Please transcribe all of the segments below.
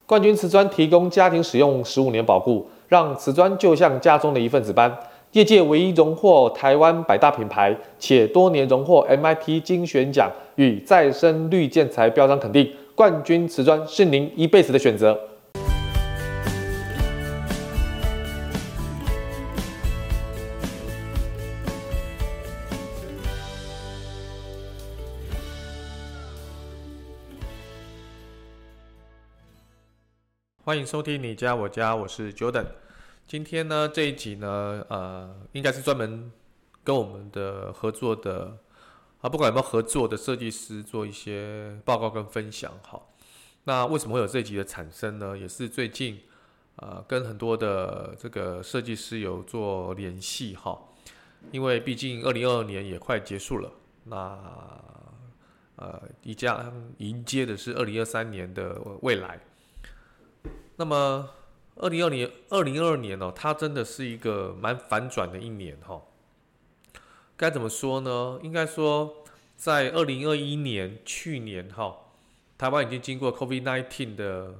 冠军瓷砖提供家庭使用15年保固，让瓷砖就像家中的一份子般。业界唯一荣获台湾百大品牌，且多年荣获 MIT 精选奖与再生绿建材标章肯定，冠军瓷砖是您一辈子的选择。欢迎收听你家我家，我是 Jordan。今天呢这一集呢，应该是专门跟我们的合作的不管有没有合作的设计师做一些报告跟分享。好，那为什么会有这一集的产生呢？也是最近跟很多的这个设计师有做联系哈，因为毕竟2022年也快结束了，那即将迎接的是2023年的未来。那么2022年它真的是一个蛮反转的一年哈。该怎么说呢？应该说，在2021年去年台湾已经经过 COVID-19 的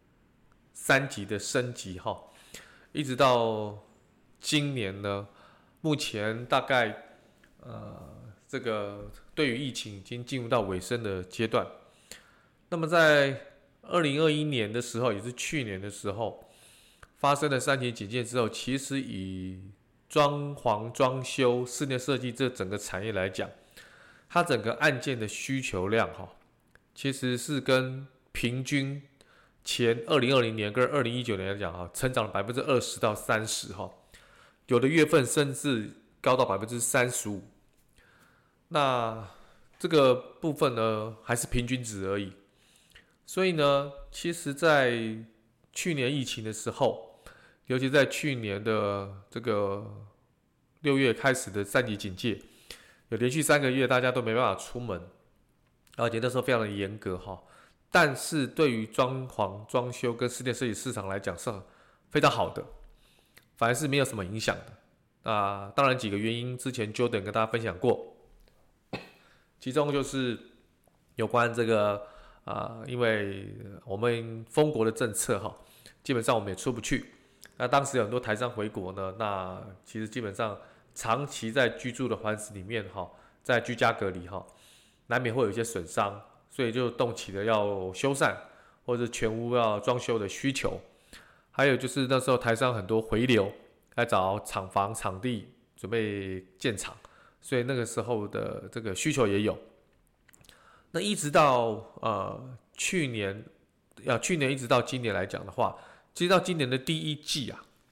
3级的升级一直到今年呢，目前大概这个对于疫情已经进入到尾声的阶段。那么在2021年的时候，也是去年的时候发生了3级警戒之后，其实以装潢、装修、室内设计这整个产业来讲，它整个案件的需求量其实是跟平均前2020年跟2019年来讲成长了20%到30%，有的月份甚至高到35%。那这个部分呢，还是平均值而已。所以呢，其实在去年疫情的时候，尤其在去年的这个6月开始的3级警戒，有连续3个月大家都没办法出门，而且那时候非常的严格但是对于装潢、装修跟室内设计市场来讲是非常好的，反而是没有什么影响的。当然几个原因，之前 Jordan 跟大家分享过，其中就是有关这个因为我们封国的政策基本上我们也出不去。那当时有很多台商回国呢，那其实基本上长期在居住的环境里面在居家隔离难免会有一些损伤，所以就动起了要修缮或者全屋要装修的需求。还有就是那时候台商很多回流来找厂房场地准备建厂，所以那个时候的这个需求也有。那一直到去年一直到今年来讲的话，其实到今年的第一季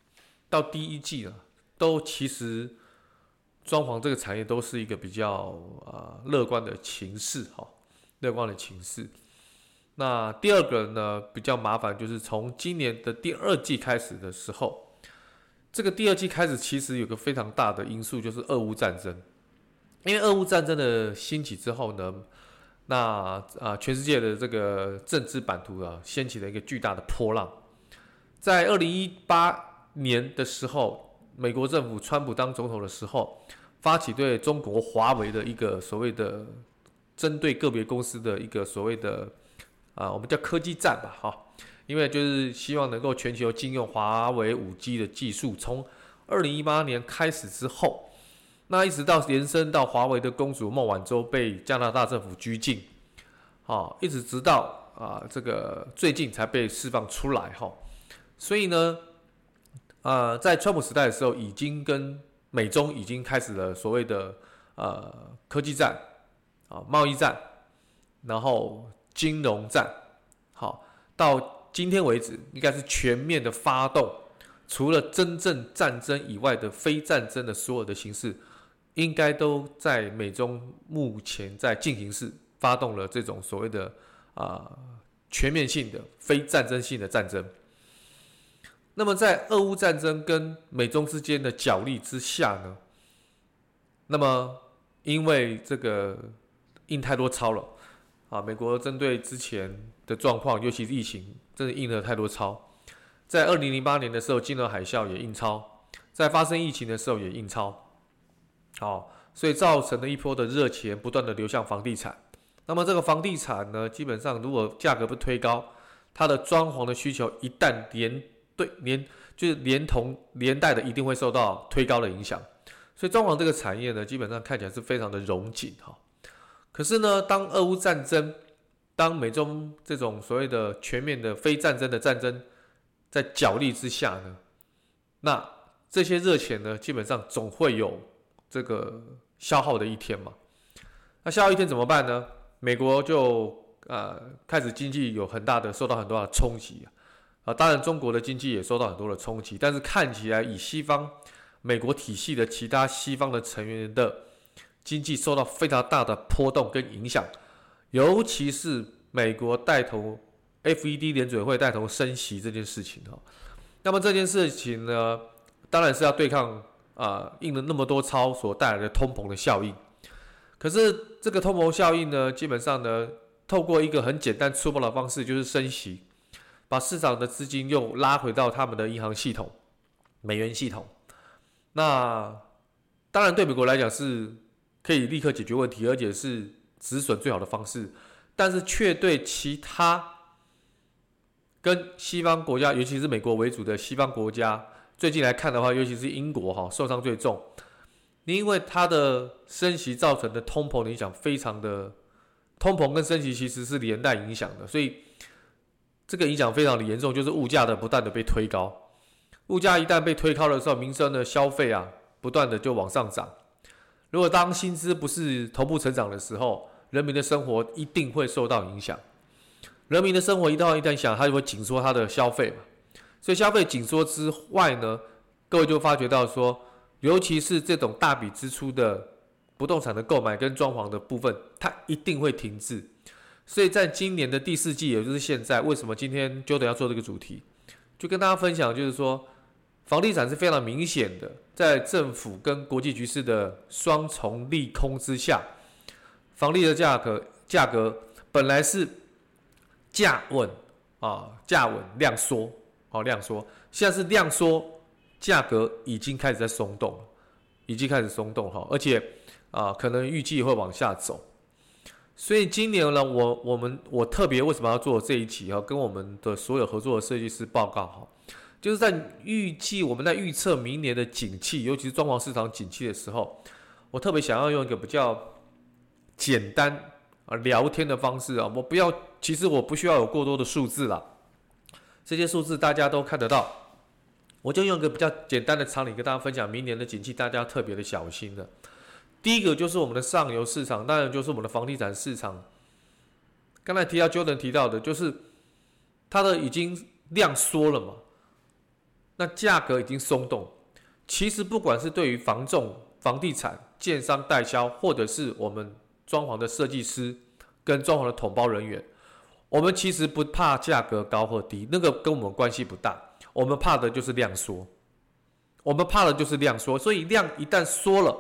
都其实装潢这个产业都是一个比较乐观的情势那第二个呢比较麻烦，就是从今年的第2季开始的时候，这个第2季开始其实有个非常大的因素，就是俄乌战争。因为俄乌战争的兴起之后呢，那全世界的这个政治版图掀起了一个巨大的波浪。在2018年的时候，美国政府川普当总统的时候，发起对中国华为的一个所谓的针对个别公司的一个所谓的我们叫科技战吧因为就是希望能够全球禁用华为 5G 的技术。从2018年开始之后，那一直到延伸到华为的公主孟晚舟被加拿大政府拘禁，一直直到这个最近才被释放出来所以呢，在川普时代的时候，已经跟美中已经开始了所谓的科技战贸易战，然后金融战，到今天为止，应该是全面的发动，除了真正战争以外的非战争的所有的形式，应该都在美中目前在进行式发动了这种所谓的全面性的非战争性的战争。那么在俄乌战争跟美中之间的角力之下呢，那么因为这个印太多钞了美国针对之前的状况，尤其是疫情，真的印了太多钞。在2008年的时候，金融海啸也印钞，在发生疫情的时候也印钞，所以造成了一波的热钱不断的流向房地产。那么这个房地产呢，基本上如果价格不推高， 它的装潢的需求一旦就是连带的一定会受到推高的影响。所以装潢这个产业呢，基本上看起来是非常的荣景哈。可是呢，当俄乌战争，当美中这种所谓的全面的非战争的战争在角力之下呢，那这些热钱呢，基本上总会有这个消耗的一天嘛。那消耗一天怎么办呢？美国就开始经济有受到很多的冲击当然中国的经济也受到很多的冲击，但是看起来以西方美国体系的其他西方的成员的经济受到非常大的波动跟影响，尤其是美国带头 FED 联准会带头升息这件事情那么这件事情呢，当然是要对抗印了那么多钞所带来的通膨的效应。可是这个通膨效应呢，基本上呢，透过一个很简单粗暴的方式，就是升息，把市场的资金又拉回到他们的银行系统、美元系统。那当然对美国来讲是可以立刻解决问题，而且是止损最好的方式，但是却对其他跟西方国家，尤其是美国为主的西方国家，最近来看的话，尤其是英国受伤最重，因为它的升息造成的通膨的影响非常的，通膨跟升息其实是连带影响的，所以这个影响非常的严重，就是物价的不断的被推高。物价一旦被推高的时候，民生的消费不断的就往上涨。如果当薪资不是同步成长的时候，人民的生活一定会受到影响。人民的生活一旦影响，它就会紧缩它的消费嘛。所以消费紧缩之外呢，各位就发觉到说，尤其是这种大笔支出的不动产的购买跟装潢的部分，它一定会停滞。所以在今年的第4季，也就是现在，为什么今天 Jordan 要做这个主题，就跟大家分享，就是说房地产是非常明显的，在政府跟国际局势的双重利空之下，房地的价格本来是价稳量缩现在是量缩，价格已经开始在松动了，而且可能预计会往下走。所以今年呢，我特别为什么要做这一集跟我们的所有合作的设计师报告就是在我们在预测明年的景气，尤其是装潢市场景气的时候，我特别想要用一个比较简单聊天的方式其实我不需要有过多的数字啦，这些数字大家都看得到，我就用一个比较简单的常理跟大家分享明年的景气，大家特别的小心的。第一个就是我们的上游市场，当然就是我们的房地产市场。刚才提到 Jordan 提到的，就是它的已经量缩了嘛，那价格已经松动。其实不管是对于房仲、房地产、建商代销，或者是我们装潢的设计师跟装潢的统包人员，我们其实不怕价格高或低，那个跟我们关系不大。我们怕的就是量缩，所以量一旦缩了，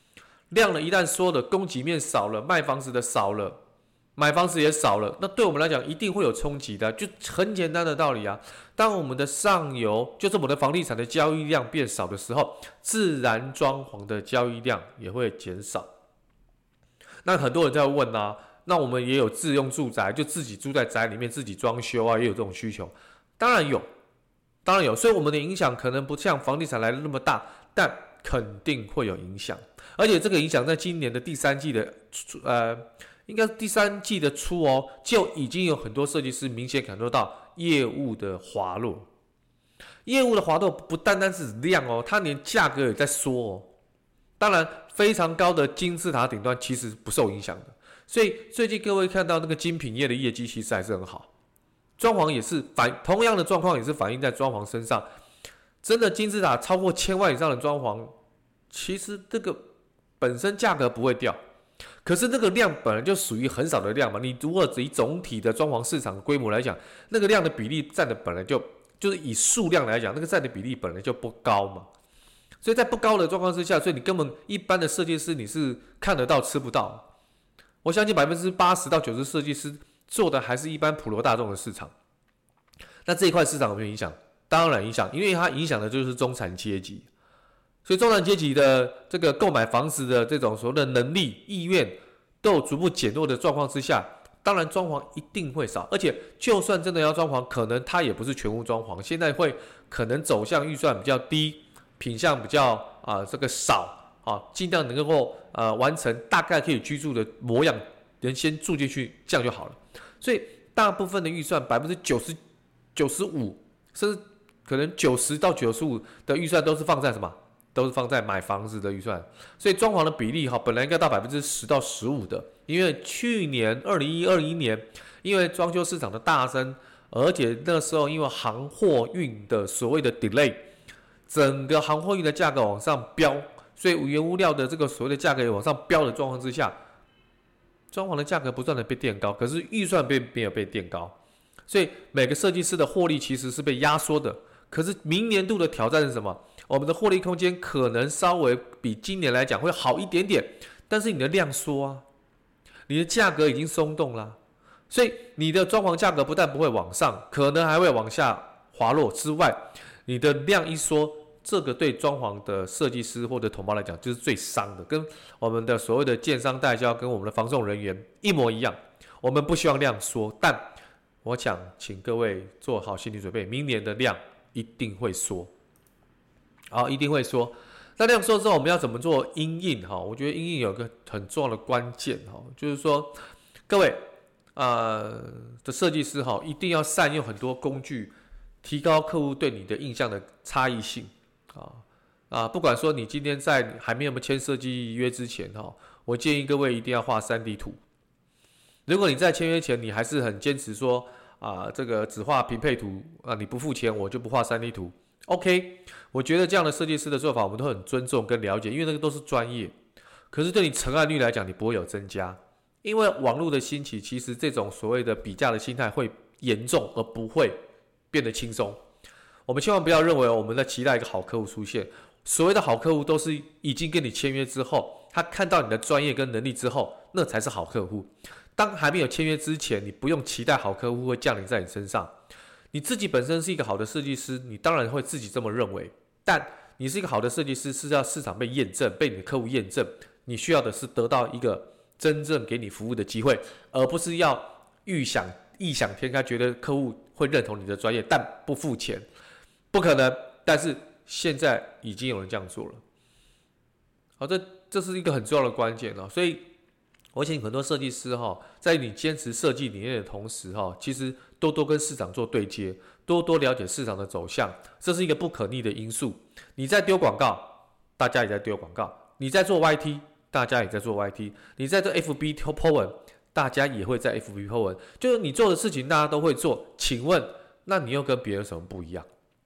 供给面少了，卖房子的少了，买房子也少了，那对我们来讲一定会有冲击的，就很简单的道理当我们的上游，就是我们的房地产的交易量变少的时候，自然装潢的交易量也会减少。那很多人在问那我们也有自用住宅，就自己住在宅里面自己装修也有这种需求，当然有，所以我们的影响可能不像房地产来的那么大，但肯定会有影响。而且这个影响在今年的第三季的应该是第3季的初就已经有很多设计师明显感受到业务的滑落。业务的滑落不单单是量它连价格也在缩当然非常高的金字塔顶端其实不受影响的，所以最近各位看到那个精品业的业绩其实还是很好。装潢也是同样的状况也是反映在装潢身上，真的金字塔超过1000万以上的装潢，其实这个本身价格不会掉，可是那个量本来就属于很少的量嘛。你如果以总体的装潢市场规模来讲，那个量的比例占的本来就是以数量来讲，那个占的比例本来就不高嘛。所以在不高的状况之下，所以你根本一般的设计师你是看得到吃不到。我相信80%到90%设计师做的还是一般普罗大众的市场。那这一块市场有没有影响？当然影响，因为它影响的就是中产阶级。所以中产阶级的这个购买房子的这种所谓的能力、意愿都有逐步减弱的状况之下， 当然装潢一定会少，而且就算真的要装潢，可能它也不是全屋装潢，现在会可能走向预算比较低，品项比较这个少尽量能够完成大概可以居住的模样，人先住进去，这样就好了。所以大部分的预算90%、95%，甚至可能90%到95%的预算都是放在什么？都是放在买房子的预算。所以装潢的比例本来应该到10%到15%的，因为去年2021年，因为装修市场的大增，而且那时候因为航货运的所谓的 delay， 整个航货运的价格往上飙，所以原物料的这个所谓的价格也往上飙的状况之下，装潢的价格不断的被垫高，可是预算没有被垫高，所以每个设计师的获利其实是被压缩的。可是明年度的挑战是什么？我们的获利空间可能稍微比今年来讲会好一点点，但是你的量缩你的价格已经松动了，所以你的装潢价格不但不会往上，可能还会往下滑落之外，你的量一缩，这个对装潢的设计师或者同胞来讲就是最伤的，跟我们的所谓的建商代销跟我们的房仲人员一模一样。我们不希望量缩，但我想请各位做好心理准备，明年的量一定会缩，一定会缩。那量缩之后，我们要怎么做因应？我觉得因应有个很重要的关键，就是说，各位的设计师一定要善用很多工具，提高客户对你的印象的差异性不管说你今天在还没有签设计约之前我建议各位一定要画 3D 图。如果你在签约前你还是很坚持说这个只画平配图你不付钱我就不画 3D 图 OK， 我觉得这样的设计师的做法我们都很尊重跟了解，因为那个都是专业。可是对你成案率来讲你不会有增加，因为网络的兴起，其实这种所谓的比价的心态会严重而不会变得轻松。我们千万不要认为我们在期待一个好客户出现，所谓的好客户都是已经跟你签约之后，他看到你的专业跟能力之后，那才是好客户。当还没有签约之前，你不用期待好客户会降临在你身上。你自己本身是一个好的设计师，你当然会自己这么认为，但你是一个好的设计师，是要市场被验证，被你的客户验证，你需要的是得到一个真正给你服务的机会，而不是要异想天开，觉得客户会认同你的专业但不付钱，不可能。但是现在已经有人这样做了，这是一个很重要的关键所以我请很多设计师在你坚持设计理念的同时其实多多跟市场做对接，多多了解市场的走向，这是一个不可逆的因素。你在丢广告，大家也在丢广告；你在做 YT， 大家也在做 YT； 你在做 FB po 文，大家也会在 FB po 文。就是你做的事情大家都会做，请问那你又跟别人有什么不一样？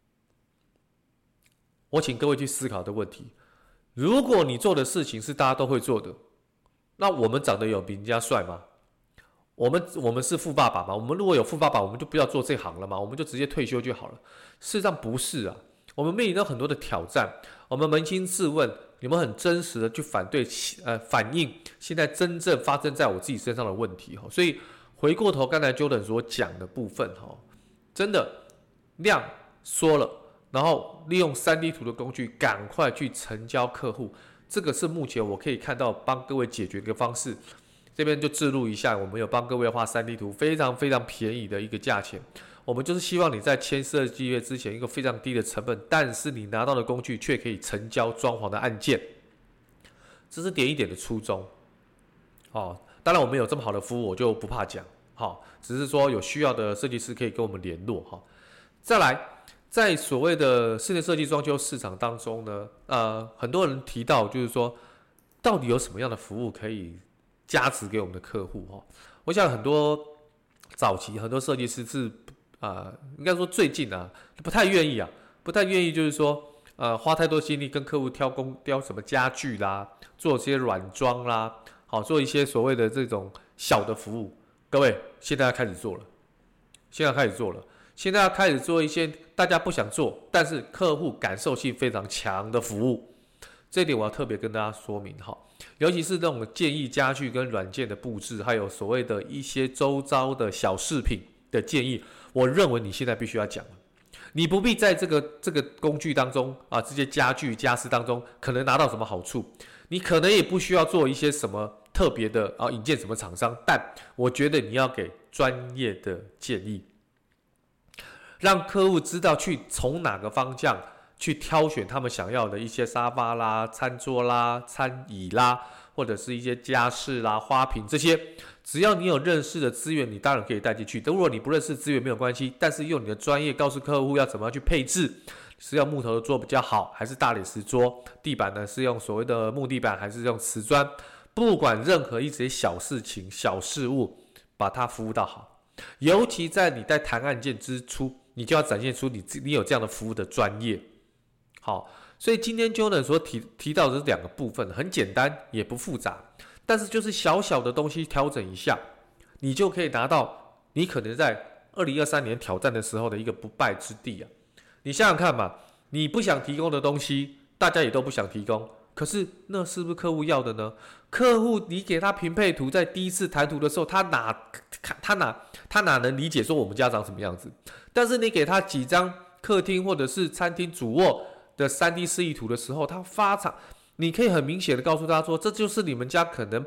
我请各位去思考的问题。如果你做的事情是大家都会做的，那我们长得有比人家帅吗？我们是富爸爸吗？我们如果有富爸爸，我们就不要做这行了吗？我们就直接退休就好了。事实上不是我们面临到很多的挑战，我们扪心自问，有没有很真实的去反映现在真正发生在我自己身上的问题？所以回过头刚才 Jordan 所讲的部分真的量缩了，然后利用 3D 图的工具赶快去成交客户，这个是目前我可以看到帮各位解决的一个方式。这边就置入一下，我们有帮各位画 3D 图，非常非常便宜的一个价钱。我们就是希望你在签设计约之前一个非常低的成本，但是你拿到的工具却可以成交装潢的案件，这是点一点的初衷。当然我们有这么好的服务，我就不怕讲。只是说有需要的设计师可以跟我们联络。再来，在所谓的室内设计装修市场当中呢，很多人提到就是说，到底有什么样的服务可以加值给我们的客户我想很多早期很多设计师是应该说最近不太愿意就是说花太多精力跟客户挑什么家具啦，做些软装啦，做一些所谓的这种小的服务。各位现在要开始做了，现在要开始做一些大家不想做，但是客户感受性非常强的服务。这一点我要特别跟大家说明尤其是这种建议家具跟软件的布置，还有所谓的一些周遭的小饰品的建议，我认为你现在必须要讲了。你不必在这个工具当中这些家具家私当中可能拿到什么好处，你可能也不需要做一些什么特别的引荐什么厂商，但我觉得你要给专业的建议，让客户知道去从哪个方向去挑选他们想要的一些沙发啦、餐桌啦、餐椅啦，或者是一些家饰啦、花瓶这些，只要你有认识的资源，你当然可以带进去。如果你不认识资源没有关系，但是用你的专业告诉客户要怎么样去配置，是用木头的桌比较好，还是大理石桌？地板呢是用所谓的木地板，还是用瓷砖？不管任何一些小事情、小事物，把它服务到好。尤其在你在谈案件之初，你就要展现出你有这样的服务的专业。好，所以今天 Jordan 所提到的是2个部分，很简单，也不复杂，但是就是小小的东西调整一下，你就可以拿到你可能在2023年挑战的时候的一个不败之地啊！你想想看嘛，你不想提供的东西，大家也都不想提供，可是那是不是客户要的呢？客户你给他平配图，在第一次谈图的时候，他哪能理解说我们家长什么样子？但是你给他几张客厅或者是餐厅主卧的 3D 示意图的时候，他你可以很明显的告诉他说，这就是你们家可能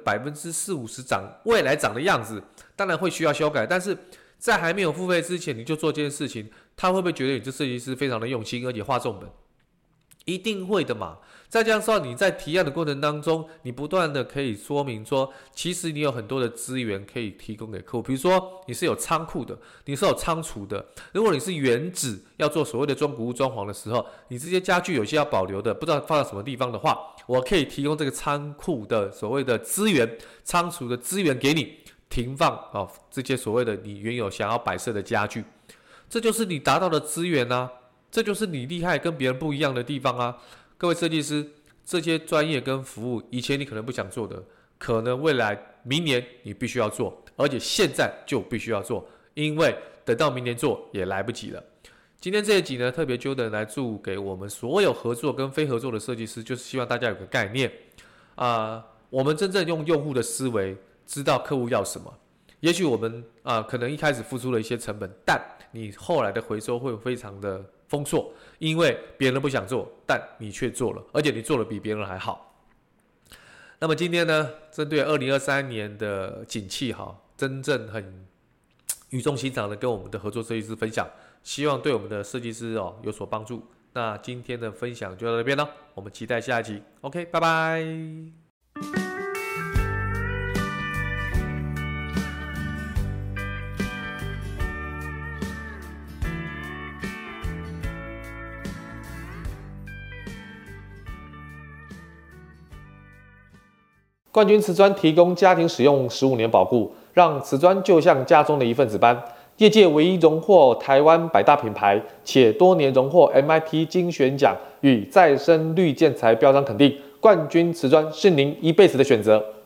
40-50%未来长的样子，当然会需要修改，但是在还没有付费之前你就做这件事情，他会不会觉得你这设计师非常的用心，而且画重本？一定会的嘛。再加上你在提案的过程当中，你不断的可以说明说，其实你有很多的资源可以提供给客户，比如说你是有仓库的，你是有仓储的。如果你是原址要做所谓的中古屋装潢的时候，你这些家具有些要保留的，不知道放到什么地方的话，我可以提供这个仓库的所谓的资源、仓储的资源给你停放这些所谓的你原有想要摆设的家具，这就是你达到的资源啊，这就是你厉害跟别人不一样的地方啊。各位设计师，这些专业跟服务，以前你可能不想做的，可能未来明年你必须要做，而且现在就必须要做，因为等到明年做也来不及了。今天这一集呢，特别 Jordan 来祝给我们所有合作跟非合作的设计师，就是希望大家有个概念我们真正用用户的思维，知道客户要什么。也许我们可能一开始付出了一些成本，但你后来的回收会非常的丰硕，因为别人不想做，但你却做了，而且你做的比别人还好。那么今天呢，针对2023年的景气真正很语重心长的跟我们的合作设计师分享，希望对我们的设计师有所帮助。那今天的分享就到这边了，我们期待下一集。OK， 拜拜。冠军瓷砖提供家庭使用15年保固，让瓷砖就像家中的一份子般。业界唯一荣获台湾100大品牌，且多年荣获 MIT 精选奖与再生绿建材标章肯定，冠军瓷砖是您一辈子的选择。